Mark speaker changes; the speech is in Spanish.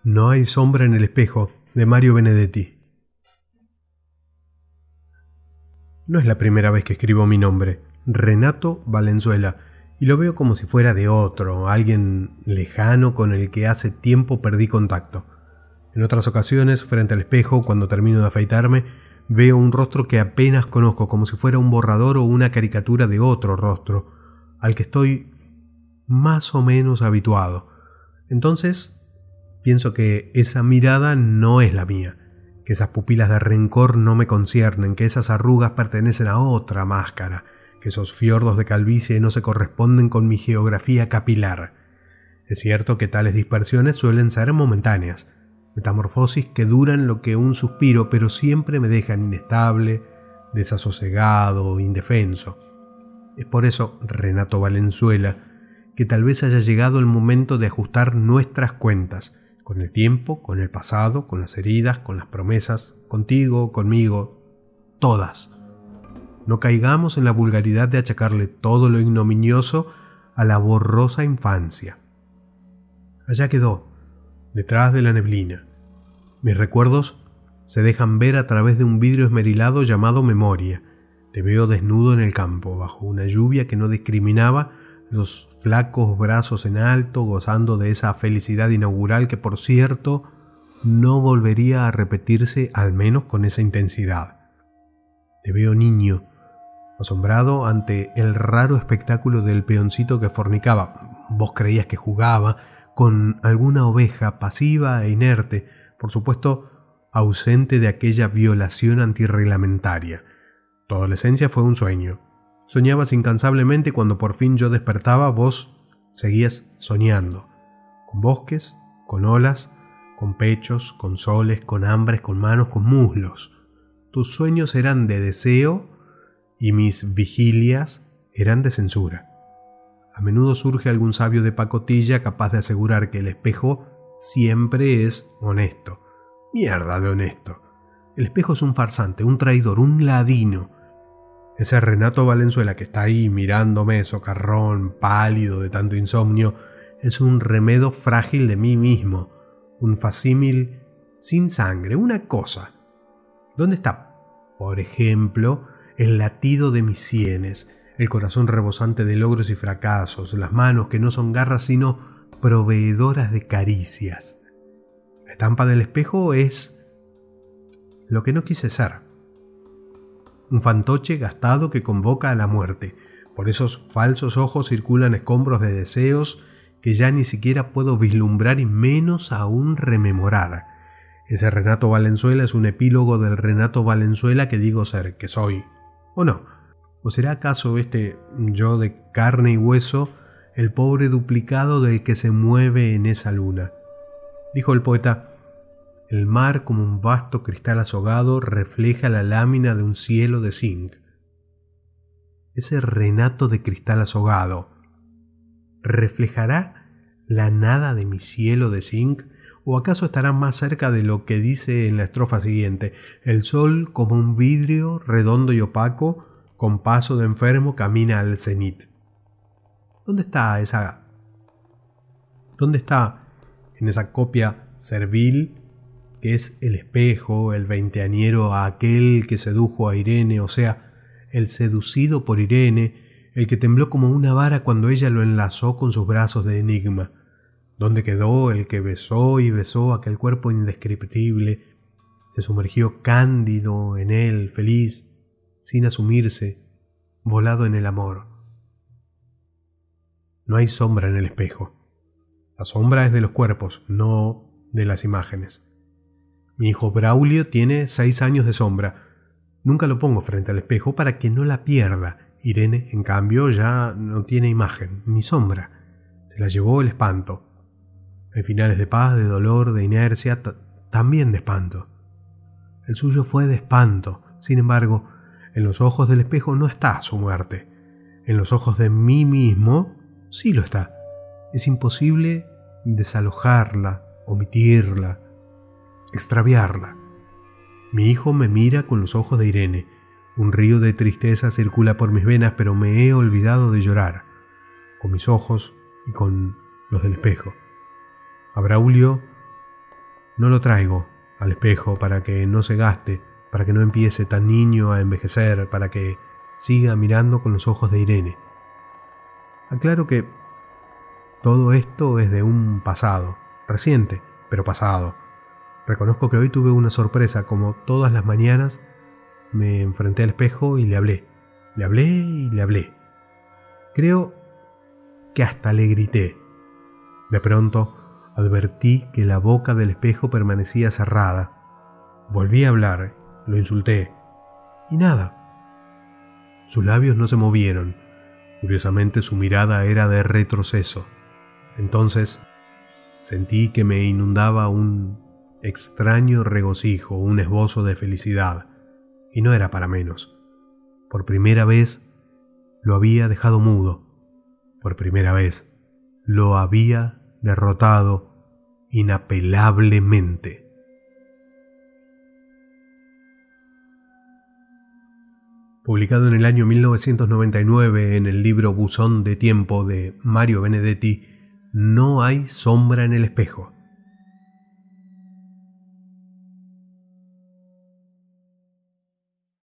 Speaker 1: No hay sombra en el espejo, de Mario Benedetti. No es la primera vez que escribo mi nombre, Renato Valenzuela, y lo veo como si fuera de otro, alguien lejano con el que hace tiempo perdí contacto. En otras ocasiones, frente al espejo, cuando termino de afeitarme, veo un rostro que apenas conozco, como si fuera un borrador o una caricatura de otro rostro, al que estoy más o menos habituado. Entonces, pienso que esa mirada no es la mía, que esas pupilas de rencor no me conciernen, que esas arrugas pertenecen a otra máscara, que esos fiordos de calvicie no se corresponden con mi geografía capilar. Es cierto que tales dispersiones suelen ser momentáneas, metamorfosis que duran lo que un suspiro, pero siempre me dejan inestable, desasosegado, indefenso. Es por eso, Renato Valenzuela, que tal vez haya llegado el momento de ajustar nuestras cuentas, con el tiempo, con el pasado, con las heridas, con las promesas, contigo, conmigo, todas. No caigamos en la vulgaridad de achacarle todo lo ignominioso a la borrosa infancia. Allá quedó, detrás de la neblina. Mis recuerdos se dejan ver a través de un vidrio esmerilado llamado memoria. Te veo desnudo en el campo, bajo una lluvia que no discriminaba, los flacos brazos en alto, gozando de esa felicidad inaugural que, por cierto, no volvería a repetirse, al menos con esa intensidad. Te veo niño, asombrado ante el raro espectáculo del peoncito que fornicaba. Vos creías que jugaba con alguna oveja pasiva e inerte, por supuesto ausente de aquella violación antirreglamentaria. Tu adolescencia fue un sueño. Soñabas incansablemente y cuando por fin yo despertaba, vos seguías soñando. Con bosques, con olas, con pechos, con soles, con hambres, con manos, con muslos. Tus sueños eran de deseo y mis vigilias eran de censura. A menudo surge algún sabio de pacotilla capaz de asegurar que el espejo siempre es honesto. Mierda de honesto. El espejo es un farsante, un traidor, un ladino. Ese Renato Valenzuela que está ahí mirándome, socarrón, pálido de tanto insomnio, es un remedo frágil de mí mismo, un facímil sin sangre, una cosa. ¿Dónde está, por ejemplo, el latido de mis sienes, el corazón rebosante de logros y fracasos, las manos que no son garras sino proveedoras de caricias? La estampa del espejo es lo que no quise ser. Un fantoche gastado que convoca a la muerte. Por esos falsos ojos circulan escombros de deseos que ya ni siquiera puedo vislumbrar y menos aún rememorar. Ese Renato Valenzuela es un epílogo del Renato Valenzuela que digo ser, que soy. ¿O no? ¿O será acaso este yo de carne y hueso el pobre duplicado del que se mueve en esa luna? Dijo el poeta: el mar, como un vasto cristal azogado, refleja la lámina de un cielo de zinc. Ese Renato de cristal azogado, ¿reflejará la nada de mi cielo de zinc? ¿O acaso estará más cerca de lo que dice en la estrofa siguiente? El sol, como un vidrio redondo y opaco, con paso de enfermo camina al cenit. ¿Dónde está en esa copia servil que es el espejo, el veinteañero a aquel que sedujo a Irene, o sea, el seducido por Irene, el que tembló como una vara cuando ella lo enlazó con sus brazos de enigma? ¿Dónde quedó el que besó y besó aquel cuerpo indescriptible? Se sumergió cándido en él, feliz, sin asumirse, volado en el amor. No hay sombra en el espejo. La sombra es de los cuerpos, no de las imágenes. Mi hijo Braulio tiene 6 años de sombra. Nunca lo pongo frente al espejo para que no la pierda. Irene, en cambio, ya no tiene imagen, ni sombra. Se la llevó el espanto. Hay finales de paz, de dolor, de inercia, también de espanto. El suyo fue de espanto. Sin embargo, en los ojos del espejo no está su muerte. En los ojos de mí mismo sí lo está. Es imposible desalojarla, omitirla, extraviarla. Mi hijo me mira con los ojos de Irene. Un río de tristeza circula por mis venas, pero me he olvidado de llorar, con mis ojos y con los del espejo. A Braulio No lo traigo al espejo para que no se gaste, para que no empiece tan niño a envejecer, para que siga mirando con los ojos de Irene. Aclaro que todo esto es de un pasado, reciente, pero pasado. Reconozco que hoy tuve una sorpresa, como todas las mañanas me enfrenté al espejo y le hablé. Le hablé y le hablé. Creo que hasta le grité. De pronto advertí que la boca del espejo permanecía cerrada. Volví a hablar, lo insulté. Y nada. Sus labios no se movieron. Curiosamente su mirada era de retroceso. Entonces sentí que me inundaba un extraño regocijo, un esbozo de felicidad. Y no era para menos. Por primera vez lo había dejado mudo. Por primera vez lo había derrotado inapelablemente. Publicado en el año 1999 en el libro Buzón de Tiempo de Mario Benedetti, No hay sombra en el espejo.